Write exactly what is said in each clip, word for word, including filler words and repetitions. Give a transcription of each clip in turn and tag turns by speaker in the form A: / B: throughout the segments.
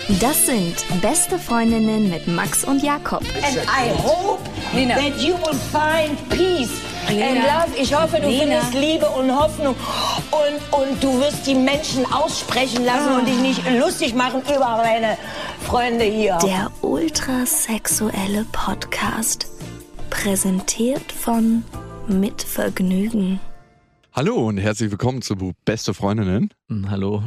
A: Das sind beste Freundinnen mit Max und Jakob.
B: And I hope Lena. that you will find peace Lena. and love. Ich hoffe, du Lena. findest Liebe und Hoffnung und, und du wirst die Menschen aussprechen lassen ah. und dich nicht lustig machen über meine Freunde hier.
A: Der ultrasexuelle Podcast, präsentiert von Mit Vergnügen.
C: Hallo und herzlich willkommen zu Beste Freundinnen.
D: Hallo.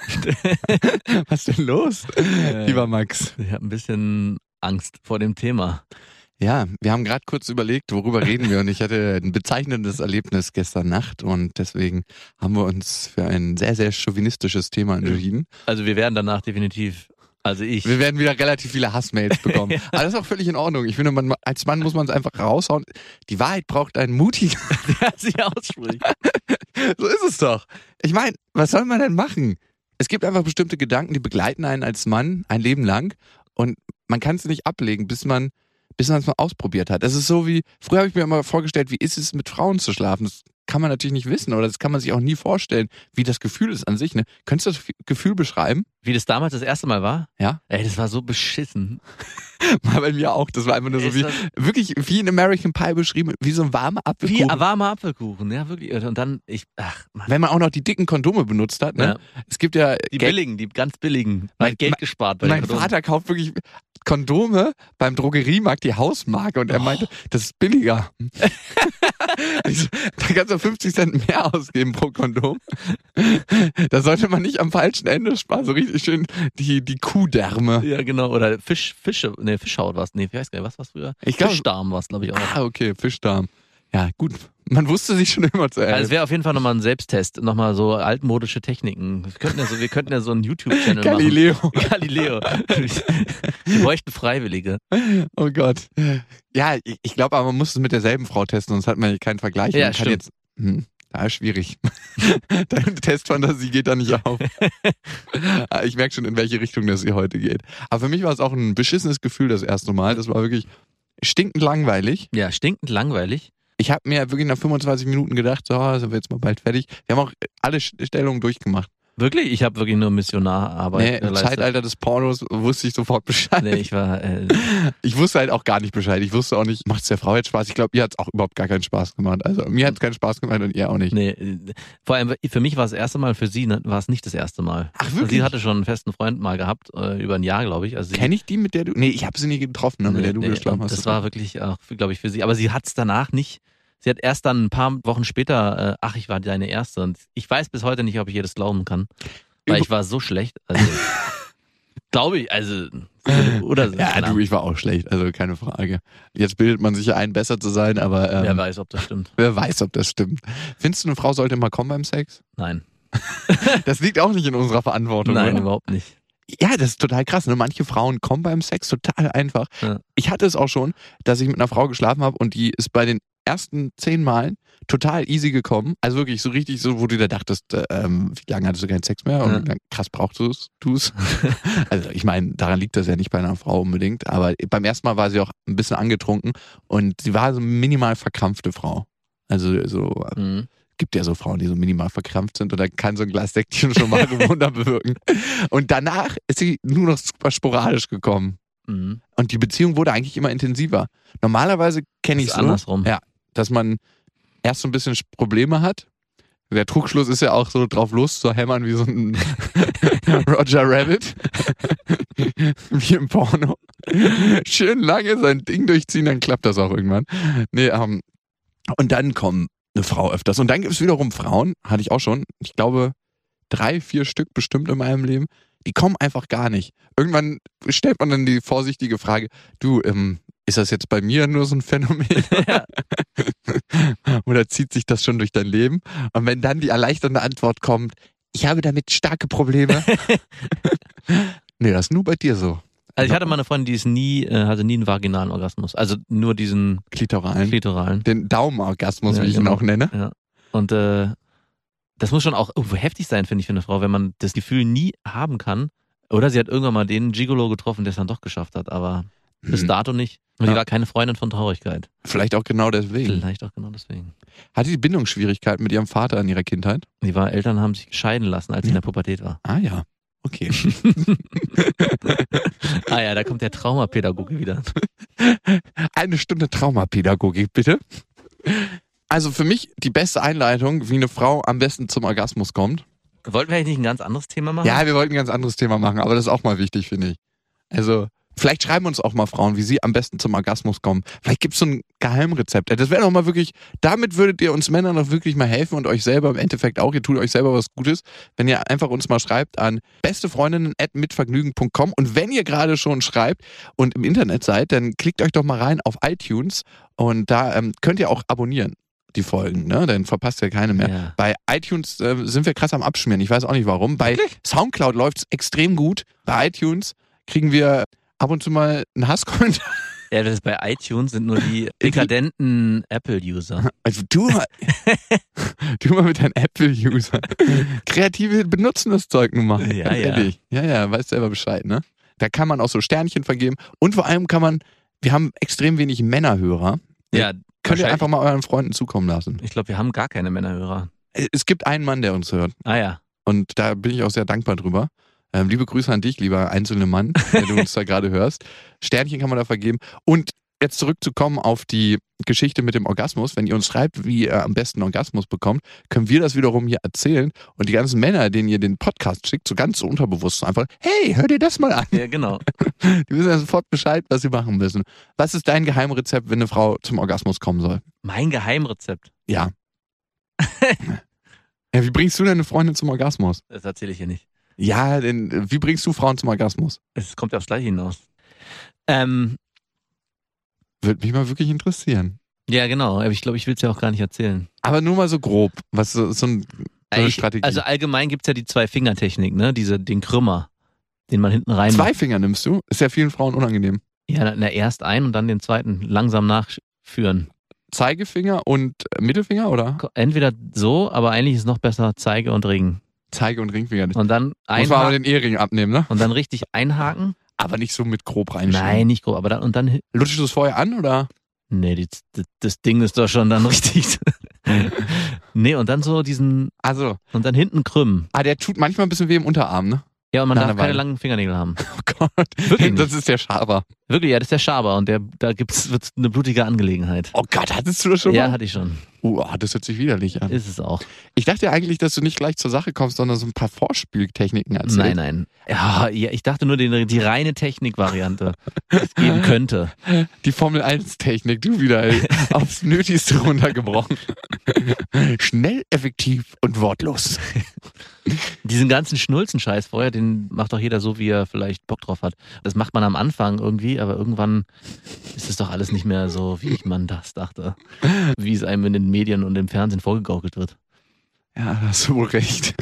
C: Was ist denn los, äh, lieber Max?
D: Ich habe ein bisschen Angst vor dem Thema.
C: Ja, wir haben gerade kurz überlegt, worüber reden wir, und ich hatte ein bezeichnendes Erlebnis gestern Nacht und deswegen haben wir uns für ein sehr, sehr chauvinistisches Thema entschieden.
D: Also wir werden danach definitiv... Also ich.
C: Wir werden wieder relativ viele Hassmails bekommen. Ja. Aber das ist auch völlig in Ordnung. Ich finde, man, als Mann muss man es einfach raushauen. Die Wahrheit braucht einen mutigen,
D: der sie ausspricht.
C: So ist es doch. Ich meine, was soll man denn machen? Es gibt einfach bestimmte Gedanken, die begleiten einen als Mann ein Leben lang und man kann es nicht ablegen, bis man bis man es mal ausprobiert hat. Es ist so wie, früher habe ich mir immer vorgestellt, wie ist es, mit Frauen zu schlafen? Das kann man natürlich nicht wissen oder das kann man sich auch nie vorstellen, wie das Gefühl ist an sich. Ne? Könntest du das Gefühl beschreiben?
D: Wie das damals das erste Mal war?
C: Ja.
D: Ey, das war so beschissen.
C: Mal bei mir auch. Das war einfach nur so wie, wirklich wie in American Pie beschrieben, wie so ein warmer Apfelkuchen.
D: Wie ein warmer Apfelkuchen, ja wirklich. Und dann, ich, ach Mann.
C: Wenn man auch noch die dicken Kondome benutzt hat, ne? Ja. Es gibt ja...
D: Die Geld, billigen, die ganz billigen. Mein Geld gespart bei
C: Mein Vater kauft wirklich Kondome beim Drogeriemarkt, die Hausmarke, und er oh. meinte, das ist billiger. So, da kannst du fünfzig Cent mehr ausgeben pro Kondom. Da sollte man nicht am falschen Ende sparen, so richtig schön die, die Kuhdärme.
D: Ja, genau, oder Fisch, Fische, ne, Fischhaut was, ne, ich weiß gar nicht, was was früher?
C: Ich glaub,
D: Fischdarm war es, glaube ich, auch.
C: Ah, okay, Fischdarm. Ja, gut. Man wusste sich schon immer zu helfen.
D: Also es wäre auf jeden Fall nochmal ein Selbsttest, nochmal so altmodische Techniken. Wir könnten ja so, wir könnten ja so einen YouTube-Channel machen.
C: Galileo.
D: Galileo. Wir bräuchten Freiwillige.
C: Oh Gott. Ja, ich, ich glaube aber, man muss es mit derselben Frau testen, sonst hat man keinen Vergleich.
D: Ja,
C: man kann
D: stimmt.
C: Jetzt, hm, da ist schwierig. Deine Testfantasie geht da nicht auf. Ich merke schon, in welche Richtung das hier heute geht. Aber für mich war es auch ein beschissenes Gefühl das erste Mal. Das war wirklich stinkend langweilig.
D: Ja, stinkend langweilig.
C: Ich habe mir wirklich nach fünfundzwanzig Minuten gedacht, so, sind wir jetzt mal bald fertig. Wir haben auch alle Stellungen durchgemacht.
D: Wirklich? Ich habe wirklich nur Missionararbeit
C: nee, im Zeitalter des Pornos wusste ich sofort Bescheid.
D: Nee, ich war... Äh
C: ich wusste halt auch gar nicht Bescheid. Ich wusste auch nicht, macht es der Frau jetzt Spaß? Ich glaube, ihr hat es auch überhaupt gar keinen Spaß gemacht. Also mir hat es keinen Spaß gemacht und ihr auch nicht.
D: Nee, vor allem für mich war es das erste Mal, für sie war es nicht das erste Mal.
C: Ach wirklich?
D: Sie hatte schon einen festen Freund mal gehabt, äh, über ein Jahr, glaube ich. Also
C: Kenne ich die, mit der du... Nee, ich habe sie nie getroffen, ne, mit
D: nee,
C: der du
D: nee,
C: geschlafen hast.
D: Das war wirklich auch, glaube ich, für sie. Aber sie hat es danach nicht... Sie hat erst dann ein paar Wochen später, äh, ach, ich war deine Erste. Und ich weiß bis heute nicht, ob ich ihr das glauben kann. Weil ich war so schlecht. Also, glaube ich, also, oder so.
C: Ja, du, ich war auch schlecht, also keine Frage. Jetzt bildet man sich ja ein, besser zu sein, aber... Ähm,
D: wer weiß, ob das stimmt.
C: Wer weiß, ob das stimmt. Findest du, eine Frau sollte mal kommen beim Sex?
D: Nein.
C: Das liegt auch nicht in unserer Verantwortung,
D: Nein,
C: oder?
D: Überhaupt nicht.
C: Ja, das ist total krass. Ne? Manche Frauen kommen beim Sex total einfach. Ja. Ich hatte es auch schon, dass ich mit einer Frau geschlafen habe und die ist bei den ersten zehn Malen total easy gekommen. Also wirklich so richtig so, wo du da dachtest, äh, ähm, wie lange hattest du keinen Sex mehr? Und ja. Wie krass brauchst du es? Also ich meine, daran liegt das ja nicht bei einer Frau unbedingt. Aber beim ersten Mal war sie auch ein bisschen angetrunken und sie war so eine minimal verkrampfte Frau. Also so... Mhm. Gibt ja so Frauen, die so minimal verkrampft sind und dann kann so ein Glas Säckchen schon mal Wunder bewirken. Und danach ist sie nur noch super sporadisch gekommen. Mhm. Und die Beziehung wurde eigentlich immer intensiver. Normalerweise kenne ich es so,
D: andersrum.
C: Ja, dass man erst so ein bisschen Probleme hat. Der Trugschluss ist ja auch so drauf los zu hämmern wie so ein Roger Rabbit. Wie im Porno. Schön lange sein Ding durchziehen, dann klappt das auch irgendwann. Nee, ähm, und dann kommen eine Frau öfters. Und dann gibt es wiederum Frauen, hatte ich auch schon, ich glaube drei, vier Stück bestimmt in meinem Leben, die kommen einfach gar nicht. Irgendwann stellt man dann die vorsichtige Frage, du, ähm, ist das jetzt bei mir nur so ein Phänomen? Ja. Oder zieht sich das schon durch dein Leben? Und wenn dann die erleichternde Antwort kommt, ich habe damit starke Probleme. Nee, das ist nur bei dir so.
D: Also ich hatte mal eine Freundin, die ist nie, äh, hatte nie einen vaginalen Orgasmus. Also nur diesen
C: Klitoralen.
D: Klitoralen.
C: Den Daumenorgasmus,
D: ja,
C: wie ich
D: genau.
C: ihn auch nenne.
D: Ja. Und äh, das muss schon auch oh, heftig sein, finde ich, für eine Frau, wenn man das Gefühl nie haben kann. Oder sie hat irgendwann mal den Gigolo getroffen, der es dann doch geschafft hat, aber bis dato nicht. Und
C: ja.
D: Die war keine Freundin von Traurigkeit.
C: Vielleicht auch genau deswegen.
D: Vielleicht auch genau deswegen.
C: Hatte sie Bindungsschwierigkeiten mit ihrem Vater in ihrer Kindheit?
D: Die war, Eltern haben sich scheiden lassen, als sie in der Pubertät war.
C: Ah ja. Okay.
D: Ah ja, da kommt der Traumapädagoge wieder.
C: Eine Stunde Traumapädagogik, bitte. Also für mich die beste Einleitung, wie eine Frau am besten zum Orgasmus kommt.
D: Wollten wir eigentlich nicht ein ganz anderes Thema machen?
C: Ja, wir wollten ein ganz anderes Thema machen, aber das ist auch mal wichtig, finde ich. Also vielleicht schreiben uns auch mal Frauen, wie sie am besten zum Orgasmus kommen. Vielleicht gibt es so ein Geheimrezept. Das wäre doch mal wirklich, damit würdet ihr uns Männern doch wirklich mal helfen und euch selber im Endeffekt auch. Ihr tut euch selber was Gutes, wenn ihr einfach uns mal schreibt an bestefreundinnen at mitvergnügen punkt com. Und wenn ihr gerade schon schreibt und im Internet seid, dann klickt euch doch mal rein auf iTunes und da ähm, könnt ihr auch abonnieren. Die Folgen, ne? Dann verpasst ihr keine mehr. Ja. Bei iTunes äh, sind wir krass am Abschmieren. Ich weiß auch nicht warum. Bei okay. Soundcloud läuft es extrem gut. Bei iTunes kriegen wir ab und zu mal einen Hasskommentar.
D: Ja, das ist bei iTunes sind nur die dekadenten Apple-User.
C: Also du mal, du mal mit deinen Apple-User. Kreative benutzen das Zeug nun mal.
D: Ja, ja.
C: Ja, ja, weißt selber Bescheid, ne? Da kann man auch so Sternchen vergeben. Und vor allem kann man, wir haben extrem wenig Männerhörer.
D: Ja,
C: könnt ihr einfach mal euren Freunden zukommen lassen.
D: Ich glaube, wir haben gar keine Männerhörer.
C: Es gibt einen Mann, der uns hört.
D: Ah ja.
C: Und da bin ich auch sehr dankbar drüber. Ähm, liebe Grüße an dich, lieber einzelne Mann, der du uns da gerade hörst. Sternchen kann man da vergeben. Und jetzt zurückzukommen auf die Geschichte mit dem Orgasmus. Wenn ihr uns schreibt, wie ihr am besten Orgasmus bekommt, können wir das wiederum hier erzählen. Und die ganzen Männer, denen ihr den Podcast schickt, so ganz unterbewusst so einfach, hey, hör dir das mal an.
D: Ja, genau.
C: Die wissen ja sofort Bescheid, was sie machen müssen. Was ist dein Geheimrezept, wenn eine Frau zum Orgasmus kommen soll?
D: Mein Geheimrezept?
C: Ja. Ja, wie bringst du deine Freundin zum Orgasmus?
D: Das erzähle ich hier nicht.
C: Ja, denn wie bringst du Frauen zum Orgasmus?
D: Es kommt ja aufs Gleiche hinaus. Ähm,
C: Würde mich mal wirklich interessieren.
D: Ja, genau. Aber ich glaube, ich will es ja auch gar nicht erzählen.
C: Aber nur mal so grob. Was ist so, ein, so eine
D: ich,
C: Strategie?
D: Also allgemein gibt es ja die Zwei-Finger-Technik, ne? Diese, den Krümmer, den man hinten rein
C: Zwei
D: macht.
C: Finger nimmst du? Ist ja vielen Frauen unangenehm.
D: Ja, na, erst ein und dann den zweiten langsam nachführen.
C: Zeigefinger und Mittelfinger, oder?
D: Entweder so, aber eigentlich ist es noch besser Zeige und Ring.
C: Zeige- und Ringfinger nicht.
D: Und dann einhaken.
C: Muss man aber den Ehering abnehmen, ne?
D: Und dann richtig einhaken.
C: Aber nicht so mit grob reinschieben.
D: Nein, nicht grob. Aber dann, und dann.
C: Lutschst du es vorher an, oder?
D: Nee, die, das, das Ding ist doch schon dann richtig. Nee, und dann so diesen.
C: Also.
D: Und dann hinten krümmen.
C: Ah, der tut manchmal ein bisschen weh im Unterarm, ne?
D: Ja, und man
C: Nach
D: darf
C: einer
D: keine
C: Weile.
D: langen Fingernägel haben.
C: Oh Gott.
D: Wirklich
C: Das
D: nicht.
C: ist der Schaber.
D: Wirklich, ja, das ist der Schaber und der, da gibt's, wird's eine blutige Angelegenheit.
C: Oh Gott, hattest du das schon mal?
D: Ja, hatte ich schon.
C: Uh, das hört sich widerlich an.
D: Ist es auch.
C: Ich dachte ja eigentlich, dass du nicht gleich zur Sache kommst, sondern so ein paar Vorspieltechniken erzählst.
D: Nein, nein. Ja, ja, ich dachte nur die, die reine Technik-Variante, die es geben könnte.
C: Die Formel eins Technik, du wieder ey, aufs Nötigste runtergebrochen. Schnell, effektiv und wortlos.
D: Diesen ganzen Schnulzenscheiß vorher, den macht doch jeder so, wie er vielleicht Bock drauf hat. Das macht man am Anfang irgendwie, aber irgendwann ist es doch alles nicht mehr so, wie man das dachte. Wie es einem in den Medien und im Fernsehen vorgegaukelt wird.
C: Ja, da hast du wohl recht.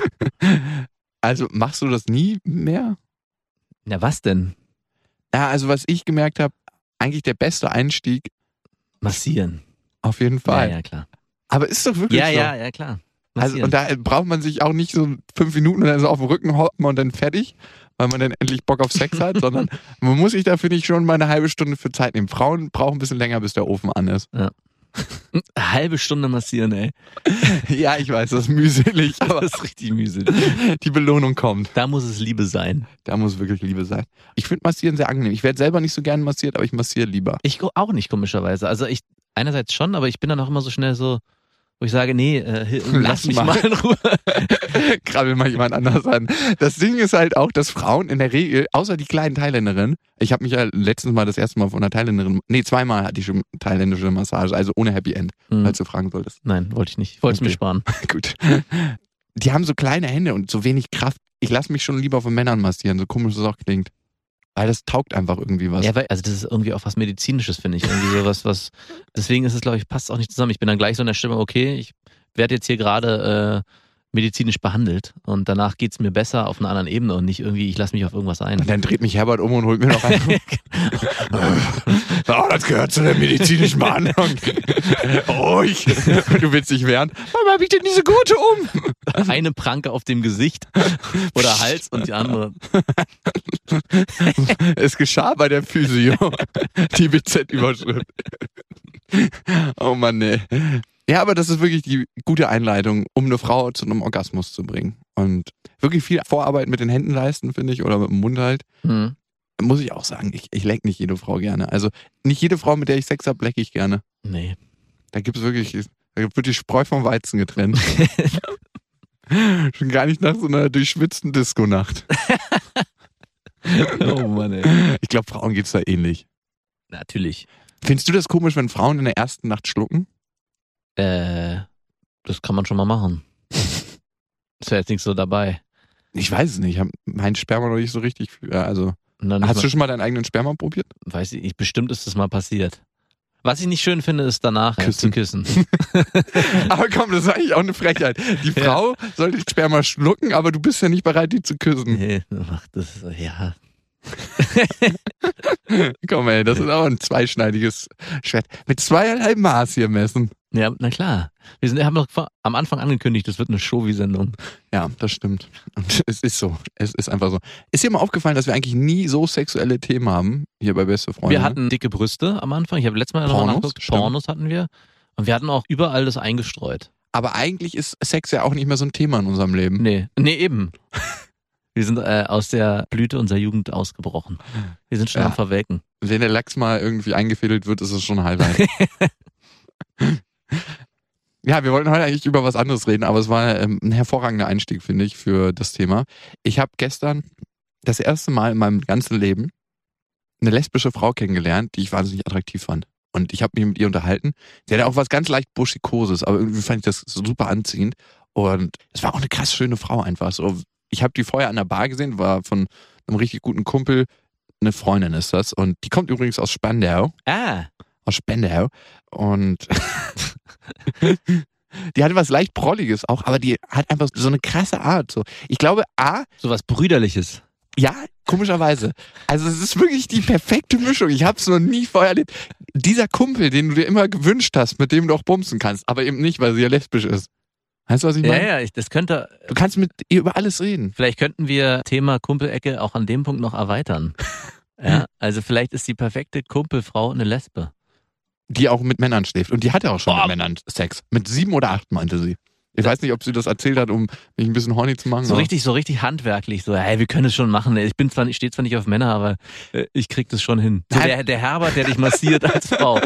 C: Also machst du das nie mehr?
D: Na, was denn?
C: Ja, also was ich gemerkt habe, eigentlich der beste Einstieg
D: Massieren.
C: auf jeden Fall.
D: Ja, ja, klar.
C: Aber ist doch wirklich
D: Ja,
C: so.
D: ja, ja, klar.
C: Also,
D: Massieren.
C: und da braucht man sich auch nicht so fünf Minuten und dann so auf den Rücken hoppen und dann fertig, weil man dann endlich Bock auf Sex hat, sondern man muss sich dafür nicht schon mal eine halbe Stunde für Zeit nehmen. Frauen brauchen ein bisschen länger, bis der Ofen an ist.
D: Ja. Eine halbe Stunde massieren, ey.
C: Ja, ich weiß, das ist mühselig, aber
D: Das ist richtig mühselig.
C: die Belohnung kommt.
D: Da muss es Liebe sein.
C: Da muss wirklich Liebe sein. Ich finde Massieren sehr angenehm. Ich werde selber nicht so gern massiert, aber ich massiere lieber.
D: Ich auch nicht, komischerweise. Also ich, einerseits schon, aber ich bin dann auch immer so schnell so, wo ich sage, nee, äh, lass,
C: Lass
D: mich
C: mal.
D: mal in Ruhe.
C: Krabbel mal jemand anders an. Das Ding ist halt auch, dass Frauen in der Regel, außer die kleinen Thailänderinnen, ich habe mich ja letztens mal das erste Mal von einer Thailänderin, nee, zweimal hatte ich schon thailändische Massage, also ohne Happy End,
D: Hm.
C: falls du fragen solltest.
D: Nein, wollte ich nicht. Ich wollte es
C: Okay.
D: mir sparen.
C: Gut. Die haben so kleine Hände und so wenig Kraft. Ich lasse mich schon lieber von Männern massieren, so komisch es auch klingt. Weil das taugt einfach irgendwie was.
D: Ja, weil, also das ist irgendwie auch was Medizinisches, finde ich. Irgendwie sowas, was, deswegen ist es, glaube ich, passt auch nicht zusammen. Ich bin dann gleich so in der Stimme, okay, ich werde jetzt hier gerade äh, medizinisch behandelt und danach geht's mir besser auf einer anderen Ebene und nicht irgendwie, ich lasse mich auf irgendwas ein.
C: Und dann dreht mich Herbert um und holt mir noch einen. Oh, das gehört zu der medizinischen Behandlung. Oh, ich. Du willst dich wehren. Warum hab ich denn diese Gurte um?
D: Eine Pranke auf dem Gesicht oder Hals und die andere.
C: Es geschah bei der Physio. Die B Z-Überschrift. Oh Mann, nee. Ja, aber das ist wirklich die gute Einleitung, um eine Frau zu einem Orgasmus zu bringen. Und wirklich viel Vorarbeit mit den Händen leisten, finde ich, oder mit dem Mund halt.
D: Mhm.
C: Muss ich auch sagen, ich, ich leck nicht jede Frau gerne. Also nicht jede Frau, mit der ich Sex habe, lecke ich gerne.
D: Nee.
C: Da gibt es wirklich, da wird die Spreu vom Weizen getrennt. Schon gar nicht nach so einer durchschwitzten Disco-Nacht.
D: Oh Mann, ey.
C: Ich glaube, Frauen geht's da ähnlich.
D: Natürlich.
C: Findest du das komisch, wenn Frauen in der ersten Nacht schlucken?
D: Äh, das kann man schon mal machen. Ist ja jetzt nicht so dabei.
C: Ich weiß es nicht. Ich habe meinen Sperma noch nicht so richtig. Also,
D: Hast
C: hast du schon mal deinen eigenen Sperma probiert?
D: Weiß ich, bestimmt ist das mal passiert. Was ich nicht schön finde, ist danach
C: Küssen.
D: zu küssen.
C: Aber komm, das ist eigentlich auch eine Frechheit. Die
D: Ja.
C: Frau soll den Sperma schlucken, aber du bist ja nicht bereit, die zu küssen.
D: Nee, ach, das ist, ja.
C: Komm ey, das ist auch ein zweischneidiges Schwert. Mit zweierlei Maß hier messen.
D: Ja, na klar. Wir sind, wir haben doch vor, am Anfang angekündigt, das wird eine Show-Sendung.
C: Ja, das stimmt. Und es ist so. Es ist einfach so. Ist dir mal aufgefallen, dass wir eigentlich nie so sexuelle Themen haben, hier bei Beste Freunde?
D: Wir hatten dicke Brüste am Anfang. Ich habe letztes Mal noch
C: Pornos,
D: nachgeguckt.
C: stimmt.
D: Pornos hatten wir. Und wir hatten auch überall das eingestreut.
C: Aber eigentlich ist Sex ja auch nicht mehr so ein Thema in unserem Leben.
D: Nee, nee, eben. Wir sind äh, aus der Blüte unserer Jugend ausgebrochen. Wir sind schon
C: Ja.
D: am Verwelken.
C: Wenn der Lachs mal irgendwie eingefädelt wird, ist es schon halbweit. Ja, wir wollten heute eigentlich über was anderes reden, aber es war ähm, ein hervorragender Einstieg, finde ich, für das Thema. Ich habe gestern das erste Mal in meinem ganzen Leben eine lesbische Frau kennengelernt, die ich wahnsinnig attraktiv fand. Und ich habe mich mit ihr unterhalten. Sie hatte auch was ganz leicht Buschikoses, aber irgendwie fand ich das so super anziehend. Und es war auch eine krass schöne Frau einfach. So, ich habe die vorher an der Bar gesehen, war von einem richtig guten Kumpel, eine Freundin ist das. Und die kommt übrigens aus Spandau.
D: Ah.
C: Aus Spandau. Und die hatte was leicht Prolliges auch, aber die hat einfach so eine krasse Art. So. Ich glaube, A,
D: So was Brüderliches.
C: ja, komischerweise. Also es ist wirklich die perfekte Mischung. Ich habe es noch nie vorher erlebt. Dieser Kumpel, den du dir immer gewünscht hast, mit dem du auch bumsen kannst, aber eben nicht, weil sie ja lesbisch ist. Weißt du, was ich
D: Ja,
C: meine?
D: ja, ich, das könnte.
C: Du kannst mit ihr über alles reden.
D: Vielleicht könnten wir Thema Kumpelecke auch an dem Punkt noch erweitern. Ja, also vielleicht ist die perfekte Kumpelfrau eine Lesbe.
C: Die auch mit Männern schläft. Und die hatte auch schon
D: Boah.
C: mit Männern Sex. Mit sieben oder acht, meinte sie. Ich weiß nicht, ob sie das erzählt hat, um mich ein bisschen horny zu machen.
D: So
C: aber-
D: richtig, so richtig handwerklich. So, hey, wir können es schon machen. Ich bin zwar nicht, stehe zwar nicht auf Männer, aber äh, ich krieg das schon hin. So
C: Nein.
D: der, der Herbert, der dich massiert als Frau.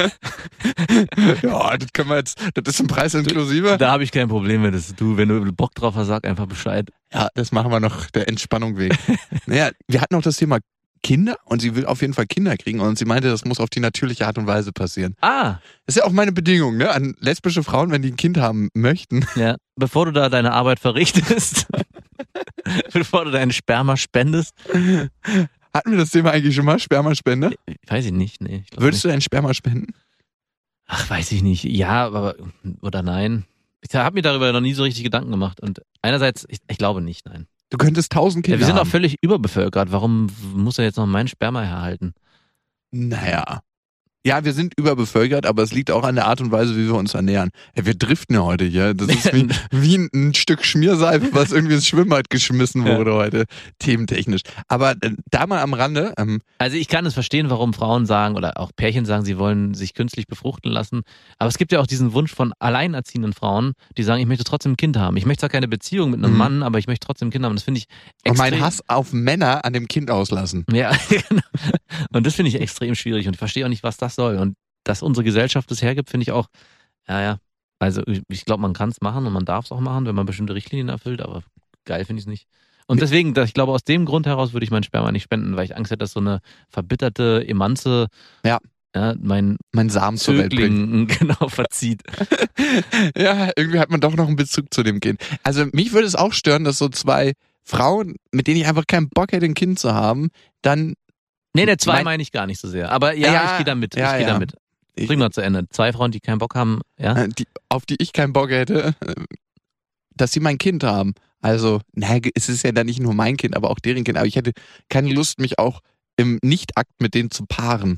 C: Ja, das können wir jetzt, das ist ein Preis inklusive.
D: Da habe ich kein Problem mit. Das du, wenn du Bock drauf hast, sag einfach Bescheid.
C: Ja, das machen wir noch der Entspannung wegen. Naja, wir hatten auch das Thema Kinder und sie will auf jeden Fall Kinder kriegen und sie meinte, das muss auf die natürliche Art und Weise passieren.
D: Ah,
C: Das ist ja auch meine Bedingung, ne? An lesbische Frauen, wenn die ein Kind haben möchten.
D: ja. Bevor du da deine Arbeit verrichtest, bevor du deinen Sperma spendest,
C: Hatten wir das Thema eigentlich schon mal? Spermaspende?
D: weiß ich nicht, nee. Ich glaub
C: Würdest
D: nicht.
C: du deinen Sperma spenden?
D: Ach, weiß ich nicht. Ja, aber oder nein. Ich habe mir darüber noch nie so richtig Gedanken gemacht. Und einerseits, ich, ich glaube nicht, nein.
C: Du könntest tausend
D: Ja,
C: Kinder
D: wir sind auch
C: haben.
D: völlig überbevölkert. Warum muss er jetzt noch meinen Sperma herhalten?
C: Naja. Ja, wir sind überbevölkert, aber es liegt auch an der Art und Weise, wie wir uns ernähren. Ja, wir driften ja heute hier. Das ist wie, wie ein, ein Stück Schmierseife, was irgendwie ins Schwimmbad geschmissen wurde heute, thementechnisch. Aber äh, da mal am Rande, ähm,
D: Also ich kann es verstehen, warum Frauen sagen oder auch Pärchen sagen, sie wollen sich künstlich befruchten lassen. Aber es gibt ja auch diesen Wunsch von alleinerziehenden Frauen, die sagen, ich möchte trotzdem ein Kind haben. Ich möchte zwar keine Beziehung mit einem
C: Mhm.
D: Mann, aber ich möchte trotzdem ein Kind haben. Das finde ich
C: und
D: extrem.
C: mein Hass auf Männer an dem Kind auslassen.
D: Ja, genau. Und das finde ich extrem schwierig und ich verstehe auch nicht, was das soll. Und dass unsere Gesellschaft das hergibt, finde ich auch, ja, ja. Also ich, ich glaube, man kann es machen und man darf es auch machen, wenn man bestimmte Richtlinien erfüllt, aber geil finde ich es nicht. Und deswegen, ich glaube, aus dem Grund heraus würde ich meinen Sperma nicht spenden, weil ich Angst hätte, dass so eine verbitterte Emanze
C: Ja.
D: ja mein
C: Mein Samen zur Welt bringen.
D: Zögling genau verzieht.
C: Ja, irgendwie hat man doch noch einen Bezug zu dem Kind. Also mich würde es auch stören, dass so zwei Frauen, mit denen ich einfach keinen Bock hätte, ein Kind zu haben, dann
D: Nee, der zwei
C: Mein-
D: meine ich gar nicht so sehr. Aber ja,
C: Ja,
D: ich gehe da mit.
C: ja,
D: ich gehe
C: ja.
D: da mit.
C: Ich-
D: Bring mal zu Ende. Zwei Frauen, die keinen Bock haben, ja.
C: äh, die, auf die ich keinen Bock hätte, äh, dass sie mein Kind haben. Also, naja, es ist ja dann nicht nur mein Kind, aber auch deren Kind. Aber ich hätte keine Lust, mich auch im Nichtakt mit denen zu paaren.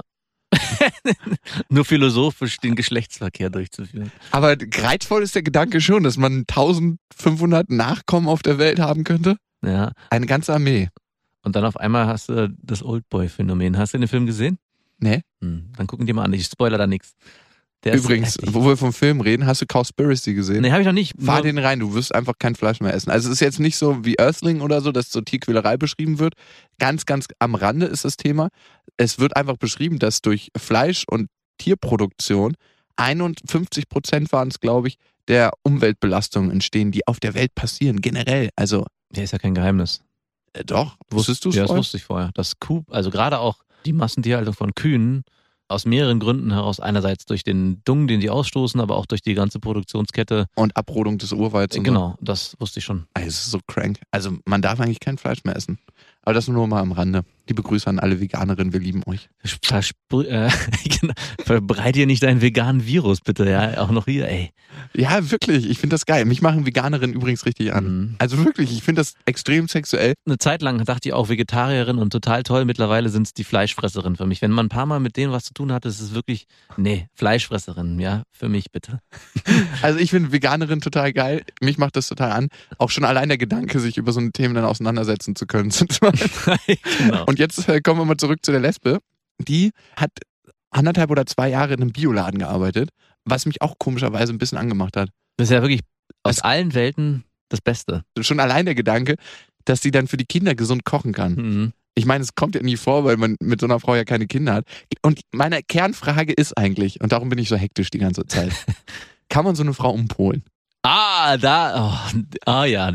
D: Nur philosophisch den Geschlechtsverkehr durchzuführen.
C: Aber reizvoll ist der Gedanke schon, dass man eintausendfünfhundert Nachkommen auf der Welt haben könnte.
D: Ja.
C: Eine ganze Armee.
D: Und dann auf einmal hast du das Oldboy-Phänomen. Hast du den Film gesehen?
C: Nee?
D: Hm, dann gucken die mal an. Ich spoiler da nichts. Der ist
C: Übrigens,
D: heftig.
C: wo wir vom Film reden, hast du Cowspiracy gesehen?
D: Nee, habe ich noch nicht.
C: Fahr
D: Nur-
C: den rein, du wirst einfach kein Fleisch mehr essen. Also es ist jetzt nicht so wie Earthling oder so, dass so Tierquälerei beschrieben wird. Ganz, ganz am Rande ist das Thema. Es wird einfach beschrieben, dass durch Fleisch- und Tierproduktion einundfünfzig Prozent waren es, glaube ich, der Umweltbelastungen entstehen, die auf der Welt passieren, generell. Also,
D: Ja, ist ja kein Geheimnis.
C: äh, doch, wusstest du es
D: Ja, das
C: vorher?
D: wusste ich vorher. Das Kuh, also gerade auch die Massentierhaltung von Kühen aus mehreren Gründen heraus. Einerseits durch den Dung, den die ausstoßen, aber auch durch die ganze Produktionskette.
C: Und Abrodung des Urwalds. Und
D: Genau, das wusste ich schon.
C: So. Ey, es ist so crank. Also man darf eigentlich kein Fleisch mehr essen. Aber das nur mal am Rande. Liebe Grüße an alle Veganerinnen, wir lieben euch.
D: Verspr äh, genau. Verbreite dir nicht deinen veganen Virus, bitte, ja, auch noch hier, ey.
C: Ja, wirklich, ich finde das geil. Mich machen Veganerinnen übrigens richtig an.
D: Mhm.
C: Also wirklich, ich finde das extrem sexuell.
D: Eine Zeit lang dachte ich auch Vegetarierin und total toll. Mittlerweile sind es die Fleischfresserin für mich. Wenn man ein paar Mal mit denen was zu tun hat, ist es wirklich, nee, Fleischfresserin, ja, für mich bitte.
C: Also ich finde Veganerin total geil. Mich macht das total an. Auch schon allein der Gedanke, sich über so ein Thema dann auseinandersetzen zu können.
D: Genau.
C: Und jetzt äh, kommen wir mal zurück zu der Lesbe. Die hat anderthalb oder zwei Jahre in einem Bioladen gearbeitet, was mich auch komischerweise ein bisschen angemacht hat.
D: Das ist ja wirklich aus
C: Das-
D: allen Welten das Beste.
C: Schon allein der Gedanke, dass sie dann für die Kinder gesund kochen kann.
D: Mhm.
C: Ich meine, es kommt ja nie vor, weil man mit so einer Frau ja keine Kinder hat. Und meine Kernfrage ist eigentlich, und darum bin ich so hektisch die ganze Zeit, kann man so eine Frau umpolen?
D: Ah, da, oh, ah ja,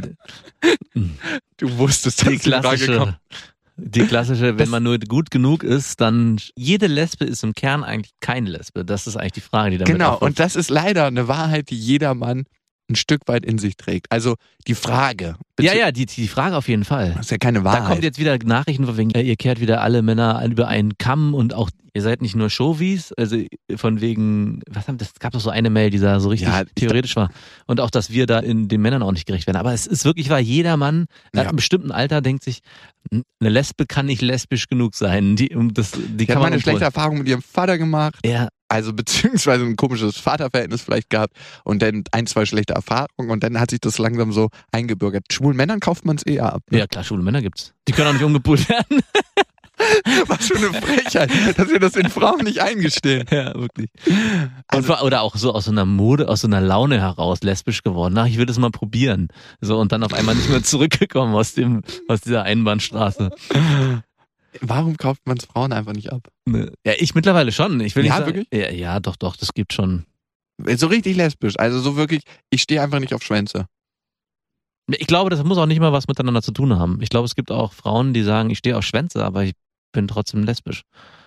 C: Du wusstest, dass
D: die
C: die Frage
D: klassische,
C: kommt.
D: die klassische, wenn
C: Das-
D: man nur gut genug ist, dann jede Lesbe ist im Kern eigentlich keine Lesbe. Das ist eigentlich die Frage, die damit
C: Genau,
D: aufwirft.
C: und das ist leider eine Wahrheit, die jeder Mann ein Stück weit in sich trägt. Also die Frage.
D: Ja, ja, die, die Frage auf jeden Fall.
C: Das ist ja keine
D: Da
C: Wahrheit.
D: kommt jetzt wieder Nachrichten von wegen, äh, ihr kehrt wieder alle Männer über einen Kamm und auch, ihr seid nicht nur Chauvis, also von wegen, was haben das, gab doch so eine Mail, die da so richtig
C: Ja, ich
D: theoretisch war. Und auch, dass wir da in den Männern auch nicht gerecht werden. Aber es ist wirklich wahr, jeder Mann
C: Ja.
D: ab einem bestimmten Alter denkt sich, eine Lesbe kann nicht lesbisch genug sein. Die, um das, die
C: Die
D: kann
C: hat mal
D: man
C: eine schlechte
D: umpolen.
C: Erfahrung mit ihrem Vater gemacht,
D: Ja,
C: also beziehungsweise ein komisches Vaterverhältnis vielleicht gehabt und dann ein, zwei schlechte Erfahrungen und dann hat sich das langsam so eingebürgert. Schwulen Männern kauft man es eher ab. Ne?
D: ja, klar, schwule Männer gibt's. Die können auch nicht umgepult werden.
C: Was für eine Frechheit, dass wir das den Frauen nicht eingestehen.
D: Ja, wirklich.
C: Also-
D: Und, oder auch so aus so einer Mode, aus so einer Laune heraus lesbisch geworden. Ach, ich würde es mal probieren. So, und dann auf einmal nicht mehr zurückgekommen aus dem, aus dieser Einbahnstraße.
C: Warum kauft man es Frauen einfach nicht ab?
D: Ne. Ja, ich mittlerweile schon. Ich will
C: Ja,
D: nicht sagen,
C: wirklich?
D: Ja, ja, doch, doch, das gibt schon.
C: So richtig lesbisch, also so wirklich, ich stehe einfach nicht auf Schwänze.
D: Ich glaube, das muss auch nicht mal was miteinander zu tun haben. Ich glaube, es gibt auch Frauen, die sagen, ich stehe auf Schwänze, aber ich bin trotzdem lesbisch.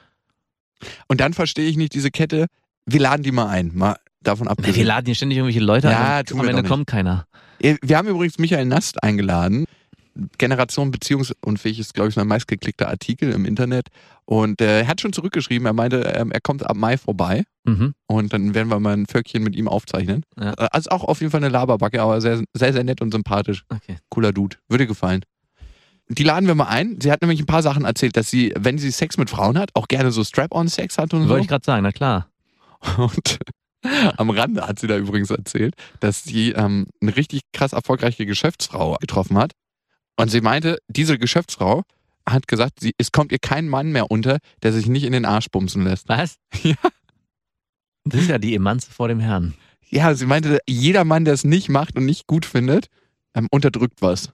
C: Und dann verstehe ich nicht diese Kette, wir laden die mal ein, mal davon ab.
D: Wir laden hier ständig irgendwelche Leute
C: Ja,
D: ein
C: tun
D: und
C: wir
D: am Ende
C: doch nicht.
D: kommt keiner.
C: Wir haben übrigens Michael Nast eingeladen. Generation beziehungsunfähig ist, glaube ich, mein meistgeklickter Artikel im Internet. Und äh, er hat schon zurückgeschrieben, er meinte, ähm, er kommt ab Mai vorbei.
D: Mhm.
C: Und dann werden wir mal ein Völkchen mit ihm aufzeichnen.
D: Ja.
C: Äh, Also auch auf jeden Fall eine Laberbacke, aber sehr, sehr, sehr nett und sympathisch.
D: Okay.
C: Cooler Dude. Würde gefallen. Die laden wir mal ein. Sie hat nämlich ein paar Sachen erzählt, dass sie, wenn sie Sex mit Frauen hat, auch gerne so Strap-on-Sex hat und so.
D: Wollte ich gerade sagen, na klar.
C: Und am Rande hat sie da übrigens erzählt, dass sie ähm, eine richtig krass erfolgreiche Geschäftsfrau getroffen hat. Und sie meinte, diese Geschäftsfrau hat gesagt, sie, es kommt ihr kein Mann mehr unter, der sich nicht in den Arsch bumsen lässt.
D: Was?
C: Ja.
D: Das ist ja die Emanze vor dem Herrn.
C: Ja, sie meinte, jeder Mann, der es nicht macht und nicht gut findet, ähm, unterdrückt was.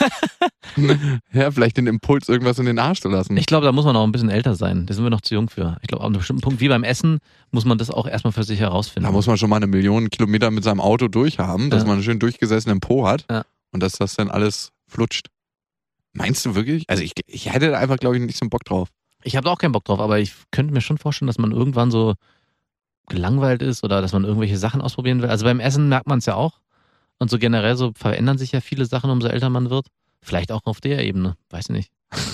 C: Ja, vielleicht den Impuls, irgendwas in den Arsch zu lassen.
D: Ich glaube, da muss man auch ein bisschen älter sein. Da sind wir noch zu jung für. Ich glaube, an einem bestimmten Punkt, wie beim Essen, muss man das auch erstmal für sich herausfinden.
C: Da muss man schon mal eine Million Kilometer mit seinem Auto durchhaben, dass
D: Ja.
C: man einen schön durchgesessenen Po hat
D: Ja.
C: und dass das dann alles flutscht. Meinst du wirklich? Also ich, ich hätte da einfach, glaube ich, nicht so einen Bock drauf.
D: Ich habe da auch keinen Bock drauf, aber ich könnte mir schon vorstellen, dass man irgendwann so gelangweilt ist oder dass man irgendwelche Sachen ausprobieren will. Also beim Essen merkt man es ja auch. Und so generell so verändern sich ja viele Sachen, umso älter man wird. Vielleicht auch auf der Ebene, weiß nicht.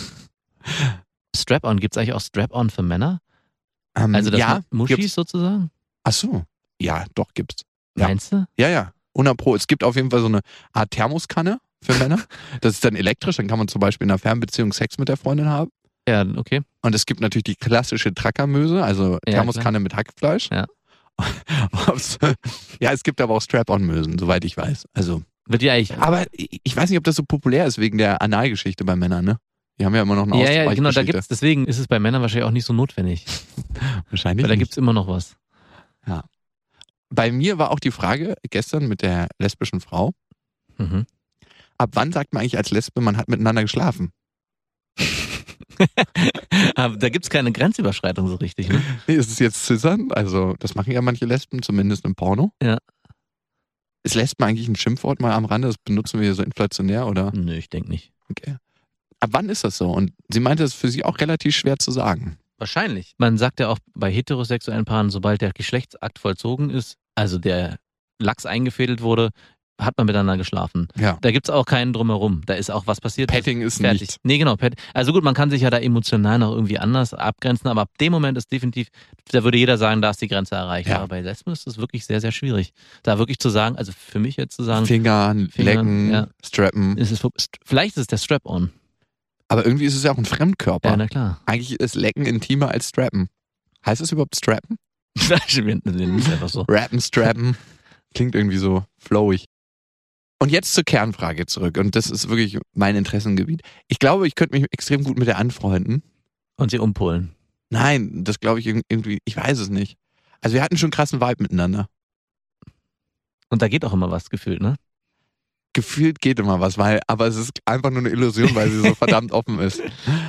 D: Strap-on, gibt es eigentlich auch Strap-on für Männer?
C: Ähm,
D: Also das
C: ja,
D: mit Muschis
C: gibt's.
D: sozusagen?
C: Ach so. Ja, doch, gibt's. Ja.
D: Meinst du?
C: Ja, ja. hundert Pro. Es gibt auf jeden Fall so eine Art Thermoskanne für Männer. Das ist dann elektrisch, dann kann man zum Beispiel in einer Fernbeziehung Sex mit der Freundin haben.
D: Ja, okay.
C: Und es gibt natürlich die klassische Trackermöse, also
D: Ja,
C: Thermoskanne mit Hackfleisch.
D: Ja.
C: Ob's- ja, es gibt aber auch Strap-on-Mösen, soweit ich weiß. Also,
D: Wird die eigentlich.
C: aber ich weiß nicht, ob das so populär ist wegen der Analgeschichte bei Männern, ne? Die haben ja immer noch eine
D: Ja, ja, genau, da
C: Ausweichgeschichte.
D: gibt's, deswegen ist es bei Männern wahrscheinlich auch nicht so notwendig.
C: Wahrscheinlich
D: Weil da
C: nicht.
D: gibt's immer noch was.
C: bei mir war auch die Frage gestern mit der lesbischen Frau,
D: Mhm.
C: ab wann sagt man eigentlich als Lesbe, man hat miteinander geschlafen?
D: Aber da gibt's keine Grenzüberschreitung so richtig, ne?
C: Nee, ist es jetzt Scissern? Also, das machen ja manche Lesben, zumindest im Porno.
D: Ja.
C: Ist Lesben eigentlich ein Schimpfwort mal am Rande? Das benutzen wir hier so inflationär, oder?
D: Nö, ich denke nicht.
C: Okay. Ab wann ist das so? Und sie meinte, das ist für sie auch relativ schwer zu sagen.
D: Wahrscheinlich. Man sagt ja auch bei heterosexuellen Paaren, sobald der Geschlechtsakt vollzogen ist, also der Lachs eingefädelt wurde, hat man miteinander geschlafen.
C: Ja.
D: Da gibt's auch keinen drumherum. Da ist auch was passiert.
C: Petting ist
D: fertig.
C: nichts.
D: Nee, genau. Pet- also gut, man kann sich ja da emotional noch irgendwie anders abgrenzen, aber ab dem Moment ist definitiv, da würde jeder sagen, da ist die Grenze erreicht.
C: Ja.
D: Aber bei Lesben ist es wirklich sehr, sehr schwierig. Da wirklich zu sagen, also für mich jetzt zu sagen,
C: Fingern,
D: Fingern,
C: lecken,
D: ja.
C: strappen.
D: ist es, vielleicht ist es der Strap-on.
C: Aber irgendwie ist es ja auch ein Fremdkörper.
D: Ja, na klar.
C: Eigentlich ist Lecken intimer als Strappen. Heißt es überhaupt Strappen?
D: Das ist einfach so.
C: Rappen, Strappen. Klingt irgendwie so flowig. Und jetzt zur Kernfrage zurück. Und das ist wirklich mein Interessengebiet. Ich glaube, ich könnte mich extrem gut mit der anfreunden.
D: Und sie umpolen.
C: Nein, das glaube ich irgendwie, ich weiß es nicht. Also wir hatten schon einen krassen Vibe miteinander.
D: Und da geht auch immer was gefühlt, ne?
C: Gefühlt geht immer was, weil, aber es ist einfach nur eine Illusion, weil sie so verdammt offen ist.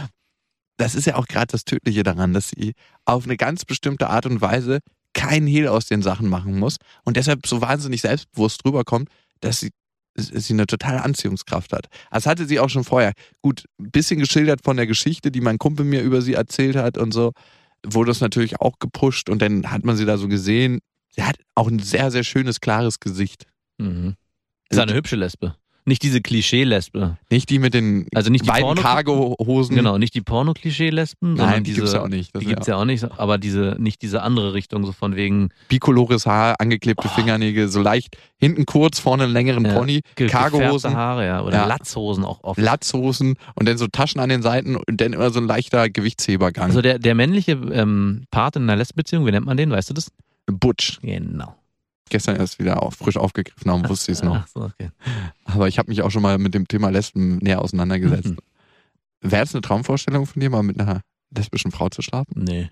C: Das ist ja auch gerade das Tödliche daran, dass sie auf eine ganz bestimmte Art und Weise keinen Hehl aus den Sachen machen muss und deshalb so wahnsinnig selbstbewusst rüberkommt, dass sie, sie eine totale Anziehungskraft hat. Das hatte sie auch schon vorher. Gut, ein bisschen geschildert von der Geschichte, die mein Kumpel mir über sie erzählt hat und so, wurde das natürlich auch gepusht und dann hat man sie da so gesehen. Sie hat auch ein sehr, sehr schönes, klares Gesicht.
D: Mhm. Ist eine hübsche Lesbe. Nicht diese Klischee-Lesbe.
C: Nicht die mit den
D: Also nicht die
C: beiden
D: Porno-
C: Cargo-Hosen.
D: Genau, nicht die Porno-Klischee-Lesben, sondern
C: Nein, die
D: diese,
C: gibt's ja auch nicht. Das
D: Die
C: ist
D: gibt's ja auch nicht, aber diese, nicht diese andere Richtung, so von wegen
C: bicolores Haar, angeklebte
D: Oh.
C: Fingernägel, so leicht hinten kurz, vorne einen längeren
D: Ja,
C: Pony,
D: ge-
C: Cargohosen,
D: gefärbte Haare, ja, oder
C: Ja.
D: Latzhosen auch oft.
C: Latzhosen und dann so Taschen an den Seiten und dann immer so ein leichter Gewichtshebergang.
D: Also der, der männliche ähm, Part in einer Lesbenbeziehung, wie nennt man den, weißt du das?
C: Butch.
D: Genau.
C: Gestern erst wieder auf, frisch aufgegriffen, darum wusste ich es noch.
D: Ach so, okay.
C: Aber ich habe mich auch schon mal mit dem Thema Lesben näher auseinandergesetzt.
D: Mhm.
C: Wäre es eine Traumvorstellung von dir, mal mit einer lesbischen Frau zu schlafen?
D: Nee.